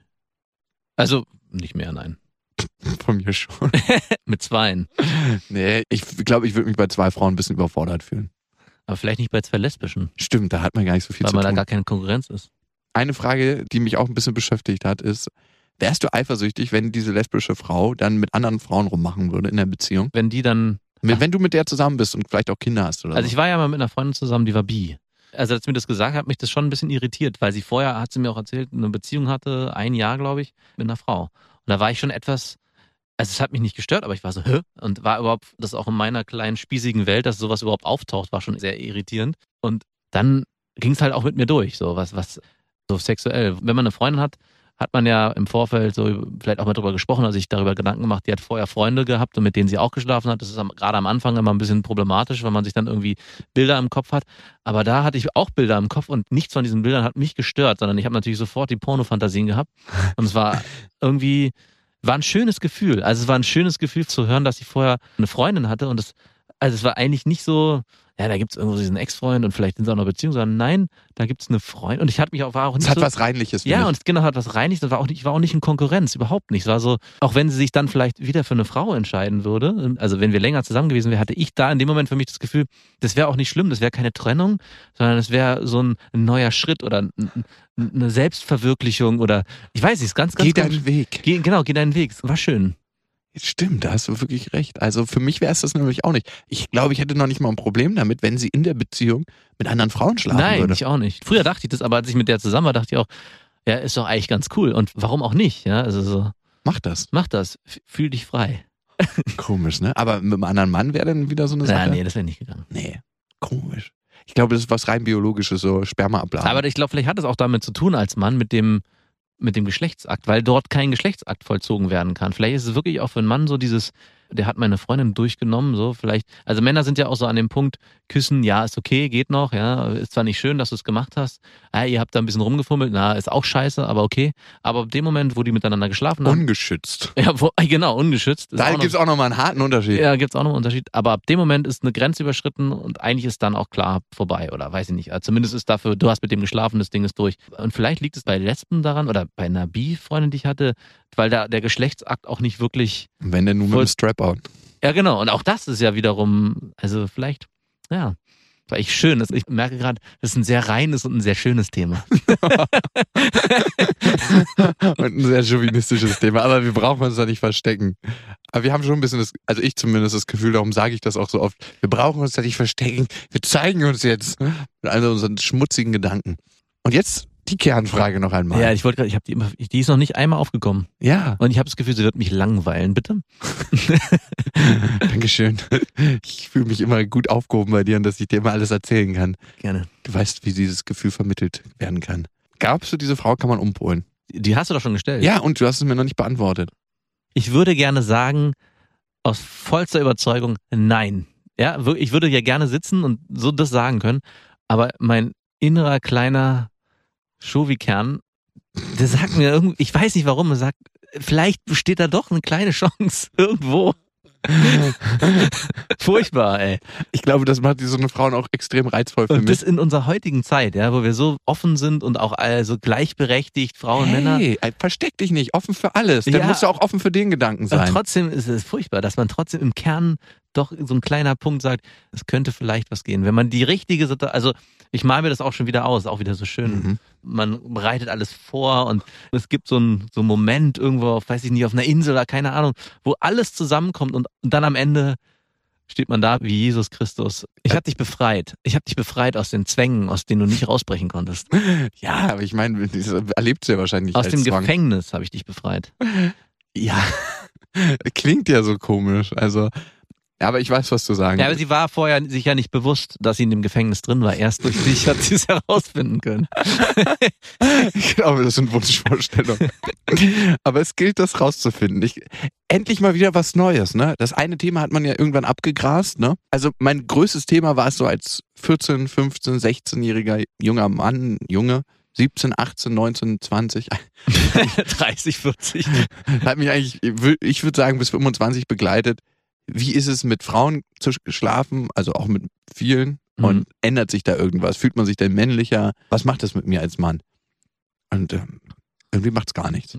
D: Also, nicht mehr, nein.
C: Von mir schon.
D: Mit zweien.
C: Nee, ich glaube, ich würde mich bei zwei Frauen ein bisschen überfordert fühlen.
D: Aber vielleicht nicht bei zwei Lesbischen,
C: Stimmt, da hat man gar nicht so viel
D: weil
C: zu
D: man da
C: tun.
D: gar keine Konkurrenz ist.
C: Eine Frage, die mich auch ein bisschen beschäftigt hat, ist, wärst du eifersüchtig, wenn diese lesbische Frau dann mit anderen Frauen rummachen würde in der Beziehung?
D: Wenn die dann,
C: Wenn wenn du mit der zusammen bist und vielleicht auch Kinder hast oder
D: also
C: so.
D: ich war ja mal mit einer Freundin zusammen, die war bi. Also als sie mir das gesagt hat, hat mich das schon ein bisschen irritiert, weil sie vorher, hat sie mir auch erzählt, eine Beziehung hatte, ein Jahr, glaube ich, mit einer Frau. Und da war ich schon etwas, also es hat mich nicht gestört, aber ich war so, hä? Und war überhaupt, das auch in meiner kleinen spießigen Welt, dass sowas überhaupt auftaucht, war schon sehr irritierend. Und dann ging es halt auch mit mir durch, so was, was so sexuell. Wenn man eine Freundin hat, hat man ja im Vorfeld so vielleicht auch mal drüber gesprochen, also sich darüber Gedanken gemacht, die hat vorher Freunde gehabt und mit denen sie auch geschlafen hat. Das ist am, gerade am Anfang immer ein bisschen problematisch, weil man sich dann irgendwie Bilder im Kopf hat. Aber da hatte ich auch Bilder im Kopf und nichts von diesen Bildern hat mich gestört, sondern ich habe natürlich sofort die Pornofantasien gehabt. Und es war irgendwie, war ein schönes Gefühl. Also es war ein schönes Gefühl zu hören, dass ich vorher eine Freundin hatte und es, also es war eigentlich nicht so, ja, da gibt's irgendwo diesen Ex-Freund und vielleicht sind sie auch noch Beziehungen, sondern nein, da gibt's eine Freundin. Und ich hatte mich auch, war auch nicht
C: Es hat
D: so,
C: was Reinliches. finde
D: ja,
C: ich.
D: und genau, hat was Reiniges. Das war auch nicht, ich war auch nicht in Konkurrenz, überhaupt nicht. Es war so, auch wenn sie sich dann vielleicht wieder für eine Frau entscheiden würde, also wenn wir länger zusammen gewesen wären, hatte ich da in dem Moment für mich das Gefühl, das wäre auch nicht schlimm, das wäre keine Trennung, sondern es wäre so ein, ein neuer Schritt oder ein, eine Selbstverwirklichung oder, ich weiß nicht, ganz, ganz
C: Geh
D: komisch.
C: deinen Weg.
D: Geh, genau, geh deinen Weg. War schön.
C: Stimmt, da hast du wirklich recht. Also für mich wäre es das nämlich auch nicht. Ich glaube, ich hätte noch nicht mal ein Problem damit, wenn sie in der Beziehung mit anderen Frauen schlafen
D: Nein,
C: würde.
D: ich auch nicht. Früher dachte ich das, aber als ich mit der zusammen war, dachte ich auch, ja, ist doch eigentlich ganz cool. Und warum auch nicht? Ja, also so,
C: Mach das.
D: mach das. F- Fühl dich frei.
C: Komisch, ne? Aber mit einem anderen Mann wäre dann wieder so eine
D: Ja,
C: Sache.
D: nee, das wäre nicht gegangen.
C: Nee, komisch. Ich glaube, das ist was rein biologisches, so Spermaablagen.
D: Aber ich glaube, vielleicht hat es auch damit zu tun als Mann mit dem, mit dem Geschlechtsakt, weil dort kein Geschlechtsakt vollzogen werden kann. Vielleicht ist es wirklich auch für einen Mann so dieses, der hat meine Freundin durchgenommen, so vielleicht. Also Männer sind ja auch so an dem Punkt, küssen, ja, ist okay, geht noch, ja, ist zwar nicht schön, dass du es gemacht hast, ja, ihr habt da ein bisschen rumgefummelt, na, ist auch scheiße, aber okay. Aber ab dem Moment, wo die miteinander geschlafen haben,
C: ungeschützt.
D: ja, wo, genau, ungeschützt. ist
C: Da
D: auch noch-
C: gibt es auch nochmal einen harten Unterschied.
D: Ja, gibt's auch noch einen Unterschied. Aber ab dem Moment ist eine Grenze überschritten und eigentlich ist dann auch klar vorbei oder weiß ich nicht. Also zumindest ist dafür, du hast mit dem geschlafen, das Ding ist durch. Und vielleicht liegt es bei Lesben daran oder bei einer Bi-Freundin, die ich hatte, weil da der Geschlechtsakt auch nicht wirklich...
C: Wenn denn nur mit
D: voll-
C: dem Strap-on.
D: Ja, genau. Und auch das ist ja wiederum, also vielleicht, ja, war echt schön. Das, ich merke gerade, das ist ein sehr reines und ein sehr schönes Thema.
C: Und ein sehr chauvinistisches Thema, aber wir brauchen uns da nicht verstecken. Aber wir haben schon ein bisschen das, also ich zumindest das Gefühl, darum sage ich das auch so oft, wir brauchen uns da nicht verstecken, wir zeigen uns jetzt mit all unseren schmutzigen Gedanken. Und jetzt die Kernfrage noch einmal.
D: Ja, ich wollte gerade, ich habe die immer, die ist noch nicht einmal aufgekommen.
C: Ja,
D: Und ich habe das Gefühl, sie wird mich langweilen, bitte.
C: Dankeschön. Ich fühle mich immer gut aufgehoben bei dir und dass ich dir immer alles erzählen kann.
D: Gerne.
C: Du weißt, wie dieses Gefühl vermittelt werden kann. Gabst du diese Frau, kann man umpolen?
D: Die hast du doch schon gestellt.
C: Ja, und du hast es mir noch nicht beantwortet.
D: Ich würde gerne sagen, aus vollster Überzeugung, nein. Ja, wir- ich würde ja gerne sitzen und so das sagen können, aber mein innerer kleiner Chauvi-Kern, der sagt mir irgendwie, ich weiß nicht warum, er sagt, vielleicht besteht da doch eine kleine Chance irgendwo. Furchtbar, ey.
C: Ich glaube, das macht so eine Frauen auch extrem reizvoll für
D: Und
C: mich.
D: das in unserer heutigen Zeit, ja, wo wir so offen sind und auch also gleichberechtigt, Frauen, Männer.
C: Hey, versteck dich nicht, offen für alles. Dann
D: Ja.
C: musst du auch offen für den Gedanken
D: Und
C: sein.
D: trotzdem ist es furchtbar, dass man trotzdem im Kern doch so ein kleiner Punkt sagt, es könnte vielleicht was gehen. Wenn man die richtige Situation, also ich male mir das auch schon wieder aus, auch wieder so schön.
C: Mhm.
D: Man bereitet alles vor und es gibt so einen so einen Moment irgendwo, auf, weiß ich nicht, auf einer Insel oder keine Ahnung, wo alles zusammenkommt und, und dann am Ende steht man da wie Jesus Christus. Ich habe dich befreit. Ich habe dich befreit aus den Zwängen, aus denen du nicht rausbrechen konntest.
C: Ja, aber ich meine, das erlebt sie ja wahrscheinlich
D: Aus
C: als
D: dem
C: Zwang.
D: Gefängnis habe ich dich befreit.
C: Ja, klingt ja so komisch. Also, ja, aber ich weiß, was du sagen
D: Ja, aber
C: willst.
D: sie war vorher sich ja nicht bewusst, dass sie in dem Gefängnis drin war. Erst durch dich hat sie es herausfinden können.
C: Ich glaube, das sind Wunschvorstellungen. Aber es gilt, das rauszufinden. Ich, endlich mal wieder was Neues, ne? Das eine Thema hat man ja irgendwann abgegrast, ne? Also mein größtes Thema war es so als vierzehn, fünfzehn, sechzehnjähriger junger Mann, Junge, siebzehn, achtzehn, neunzehn, zwanzig.
D: dreißig, vierzig.
C: Hat mich eigentlich, ich würde sagen, bis fünfundzwanzig begleitet. Wie ist es mit Frauen zu schlafen, also auch mit vielen? Und
D: Mhm.
C: ändert sich da irgendwas? Fühlt man sich denn männlicher? Was macht das mit mir als Mann? Und ähm, irgendwie macht's gar nichts.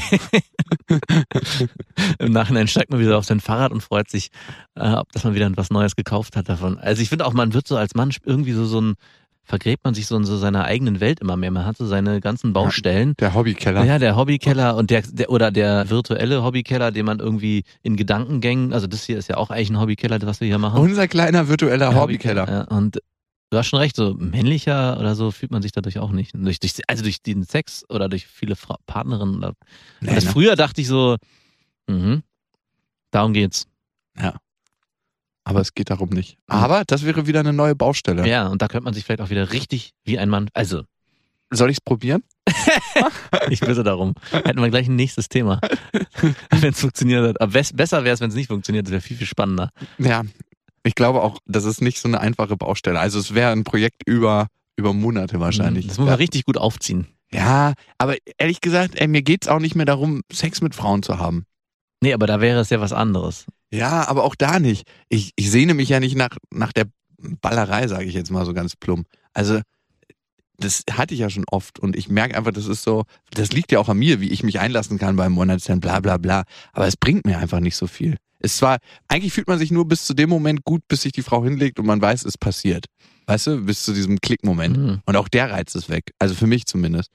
D: Im Nachhinein steigt man wieder auf sein Fahrrad und freut sich, äh, dass man wieder was Neues gekauft hat davon. Also ich finde auch, man wird so als Mann irgendwie so, so ein, vergräbt man sich so in so seiner eigenen Welt immer mehr. Man hat so seine ganzen Baustellen.
C: Der Hobbykeller.
D: Ja, der Hobbykeller und der, der oder der virtuelle Hobbykeller, den man irgendwie in Gedankengängen, also das hier ist ja auch eigentlich ein Hobbykeller, was wir hier machen.
C: Unser kleiner virtueller
D: Der
C: Hobbykeller.
D: Ja, und du hast schon recht, so männlicher oder so fühlt man sich dadurch auch nicht. Durch, durch, also durch den Sex oder durch viele Fra- Partnerinnen. Oder,
C: Nee,
D: das
C: ne?
D: früher dachte ich so, mhm, darum geht's.
C: Ja. Aber es geht darum nicht. Aber das wäre wieder eine neue Baustelle.
D: Ja, und da könnte man sich vielleicht auch wieder richtig wie ein Mann, also
C: Soll ich es probieren?
D: ich bitte darum. Hätten wir gleich ein nächstes Thema. Wenn es funktioniert hat. Aber bes- besser wäre es, wenn es nicht funktioniert, das wäre viel, viel spannender.
C: Ja. Ich glaube auch, das ist nicht so eine einfache Baustelle. Also es wäre ein Projekt über, über Monate wahrscheinlich.
D: Das muss man richtig gut aufziehen.
C: Ja, aber ehrlich gesagt, ey, mir geht's auch nicht mehr darum, Sex mit Frauen zu haben.
D: Nee, aber da wäre es ja was anderes.
C: Ja, aber auch da nicht. Ich, ich sehne mich ja nicht nach, nach der Ballerei, sage ich jetzt mal so ganz plump. Also, das hatte ich ja schon oft und ich merke einfach, das ist so, das liegt ja auch an mir, wie ich mich einlassen kann beim One-Night-Stand, bla bla bla. Aber es bringt mir einfach nicht so viel. Es zwar, eigentlich fühlt man sich nur bis zu dem Moment gut, bis sich die Frau hinlegt und man weiß, es passiert. Weißt du, bis zu diesem Klickmoment.
D: Mhm.
C: Und auch der Reiz ist weg. Also für mich zumindest.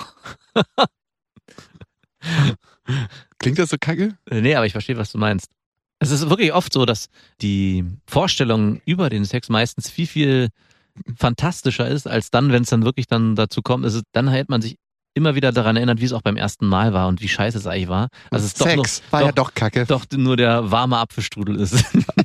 C: Klingt das so kacke?
D: Nee, aber ich verstehe, was du meinst. Es ist wirklich oft so, dass die Vorstellung über den Sex meistens viel, viel fantastischer ist, als dann, wenn es dann wirklich dann dazu kommt. Ist es, dann hält man sich immer wieder daran erinnert, wie es auch beim ersten Mal war und wie scheiße es eigentlich war. Also es ist
C: Sex
D: doch, noch,
C: war
D: doch,
C: ja doch kacke.
D: doch nur der warme Apfelstrudel ist.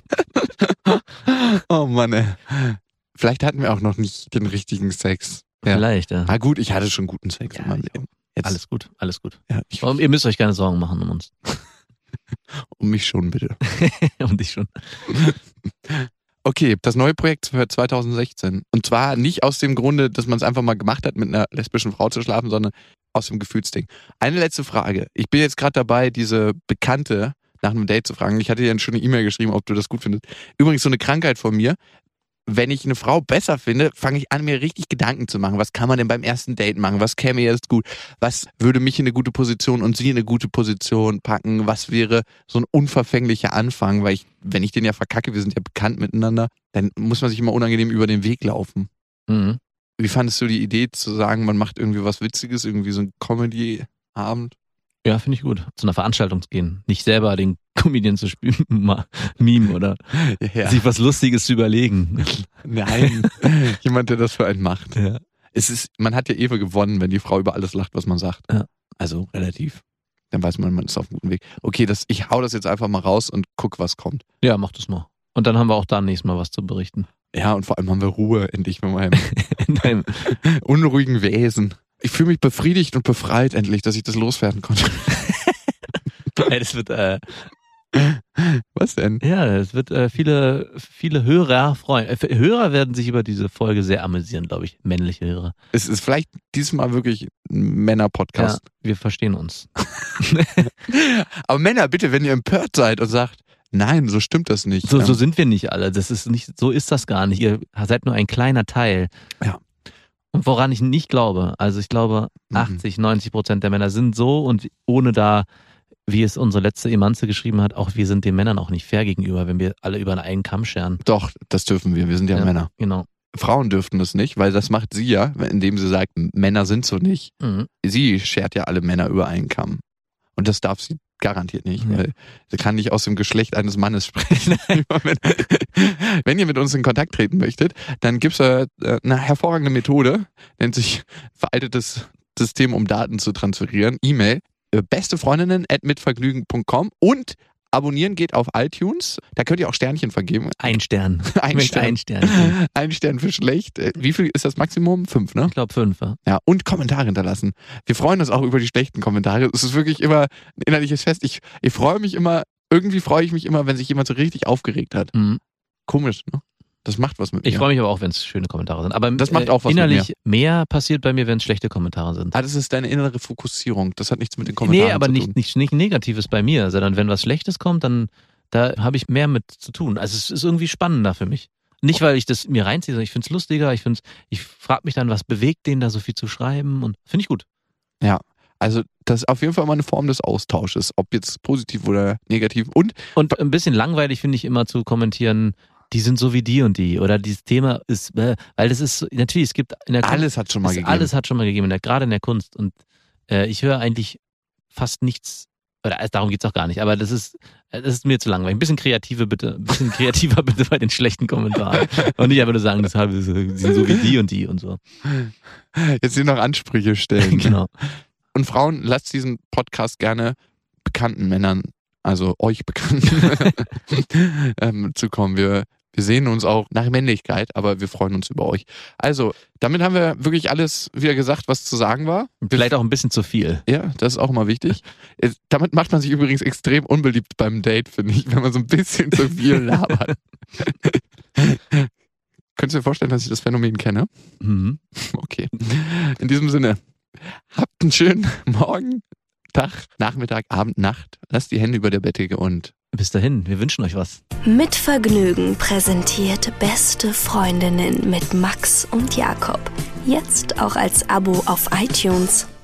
C: Oh Mann, ey. Vielleicht hatten wir auch noch nicht den richtigen Sex. Ja.
D: Vielleicht, ja.
C: Ah gut, ich hatte schon guten Sex
D: Ja,
C: in meinem
D: ich
C: Leben. Jetzt,
D: Alles gut, alles gut.
C: ja, ich,
D: Und ihr müsst euch keine Sorgen machen um uns.
C: um mich schon bitte.
D: um dich schon.
C: Okay, das neue Projekt für zwanzig sechzehn. Und zwar nicht aus dem Grunde, dass man es einfach mal gemacht hat, mit einer lesbischen Frau zu schlafen, sondern aus dem Gefühlsding. Eine letzte Frage. Ich bin jetzt gerade dabei, diese Bekannte nach einem Date zu fragen. Ich hatte dir eine schöne E-Mail geschrieben, ob du das gut findest. Übrigens so eine Krankheit von mir. wenn ich eine Frau besser finde, fange ich an, mir richtig Gedanken zu machen. Was kann man denn beim ersten Date machen? Was käme jetzt gut? Was würde mich in eine gute Position und sie in eine gute Position packen? Was wäre so ein unverfänglicher Anfang? Weil ich, wenn ich den ja verkacke, wir sind ja bekannt miteinander, dann muss man sich immer unangenehm über den Weg laufen.
D: Mhm.
C: Wie fandest du die Idee zu sagen, man macht irgendwie was Witziges, irgendwie so ein Comedy-Abend?
D: Ja, finde ich gut. Zu einer Veranstaltung zu gehen. Nicht selber den Comedian zu spielen, mal Meme oder
C: Ja.
D: sich was Lustiges zu überlegen.
C: Nein, jemand, der das für einen macht.
D: Ja.
C: Es ist, man hat ja Ewe gewonnen, wenn die Frau über alles lacht, was man sagt.
D: Ja.
C: Also relativ. Dann weiß man, man ist auf einem guten Weg. Okay, das, ich hau das jetzt einfach mal raus und guck, was kommt.
D: Ja, mach das mal. Und dann haben wir auch da nächstes Mal was zu berichten.
C: Ja, und vor allem haben wir Ruhe endlich mit meinem
D: In deinem
C: unruhigen Wesen. Ich fühle mich befriedigt und befreit endlich, dass ich das loswerden konnte.
D: Ey, das wird, äh,
C: Was denn?
D: ja, es wird äh, viele, viele Hörer freuen. Äh, Hörer werden sich über diese Folge sehr amüsieren, glaube ich. Männliche Hörer.
C: Es ist vielleicht diesmal wirklich ein Männer-Podcast.
D: Ja, wir verstehen uns.
C: Aber Männer, bitte, wenn ihr empört seid und sagt, nein, so stimmt das nicht.
D: So,
C: Ja.
D: so sind wir nicht alle. Das ist nicht, so ist das gar nicht. Ihr seid nur ein kleiner Teil.
C: Ja.
D: Und woran ich nicht glaube, also ich glaube,
C: Mhm.
D: achtzig, neunzig Prozent der Männer sind so und ohne da, wie es unsere letzte Emanze geschrieben hat, auch wir sind den Männern auch nicht fair gegenüber, wenn wir alle über einen Kamm scheren.
C: Doch, das dürfen wir. Wir sind ja,
D: Ja.
C: Männer.
D: Genau.
C: Frauen dürften das nicht, weil das macht sie ja, indem sie sagt, Männer sind so nicht.
D: Mhm.
C: Sie schert ja alle Männer über einen Kamm. Und das darf sie garantiert nicht,
D: Ja.
C: weil sie kann nicht aus dem Geschlecht eines Mannes sprechen. Wenn ihr mit uns in Kontakt treten möchtet, dann gibt's äh, eine hervorragende Methode, nennt sich veraltetes System, um Daten zu transferieren. E-Mail, äh, bestefreundinnen at mitvergnügen punkt com und abonnieren geht auf iTunes. Da könnt ihr auch Sternchen vergeben.
D: Ein Stern.
C: Ein
D: Ich möchte
C: Stern.
D: ein Stern. geben.
C: Ein Stern für schlecht. Äh, Wie viel ist das Maximum? Fünf, ne?
D: Ich glaube fünf. Ja.
C: Ja, und Kommentare hinterlassen. Wir freuen uns auch über die schlechten Kommentare. Es ist wirklich immer ein innerliches Fest. Ich, ich freue mich immer, irgendwie freue ich mich immer, wenn sich jemand so richtig aufgeregt hat.
D: Mhm.
C: Komisch, ne? Das macht was mit mir.
D: Ich freue mich aber auch, wenn es schöne Kommentare sind. Aber
C: Das macht
D: äh,
C: auch was mit
D: innerlich mehr passiert bei mir, wenn es schlechte Kommentare sind.
C: Ah, das ist deine innere Fokussierung. Das hat nichts mit den Kommentaren
D: Nee, aber
C: zu
D: nicht,
C: tun.
D: nicht, nicht Negatives bei mir, sondern wenn was Schlechtes kommt, dann da habe ich mehr mit zu tun. Also es ist irgendwie spannender für mich. Nicht, weil ich das mir reinziehe, sondern ich finde es lustiger. Ich, find's- ich frage mich dann, was bewegt den da so viel zu schreiben und finde ich gut.
C: Ja, also das ist auf jeden Fall mal eine Form des Austausches, ob jetzt positiv oder negativ. Und
D: Und ein bisschen langweilig finde ich immer zu kommentieren, die sind so wie die und die oder dieses Thema ist, äh, weil das ist so- natürlich, es gibt in der Kunst,
C: alles hat schon mal
D: es,
C: gegeben.
D: alles hat schon mal gegeben, in der, gerade in der Kunst und äh, ich höre eigentlich fast nichts, oder äh, darum geht's auch gar nicht, aber das ist, äh, das ist mir zu langweilig. Ein bisschen kreative bitte, ein bisschen kreativer bitte bei den schlechten Kommentaren und nicht einfach nur sagen, das haben- sie sind so wie die und die und so.
C: Jetzt hier noch Ansprüche stellen.
D: Genau.
C: Und Frauen, lasst diesen Podcast gerne bekannten Männern, also euch bekannten, ähm, zukommen. Wir, wir sehen uns auch nach Männlichkeit, aber wir freuen uns über euch. Also, damit haben wir wirklich alles wieder gesagt, was zu sagen war.
D: Vielleicht auch ein bisschen zu viel.
C: Ja, das ist auch mal wichtig. Äh, Damit macht man sich übrigens extrem unbeliebt beim Date, finde ich, wenn man so ein bisschen zu viel labert. Könntest du dir vorstellen, dass ich das Phänomen kenne?
D: Mhm.
C: Okay. In diesem Sinne, habt einen schönen Morgen, Tag, Nachmittag, Abend, Nacht. Lasst die Hände über der Bettdecke und
D: Bis dahin, wir wünschen euch was.
A: Mit Vergnügen präsentiert Beste Freundinnen mit Max und Jakob. Jetzt auch als Abo auf iTunes.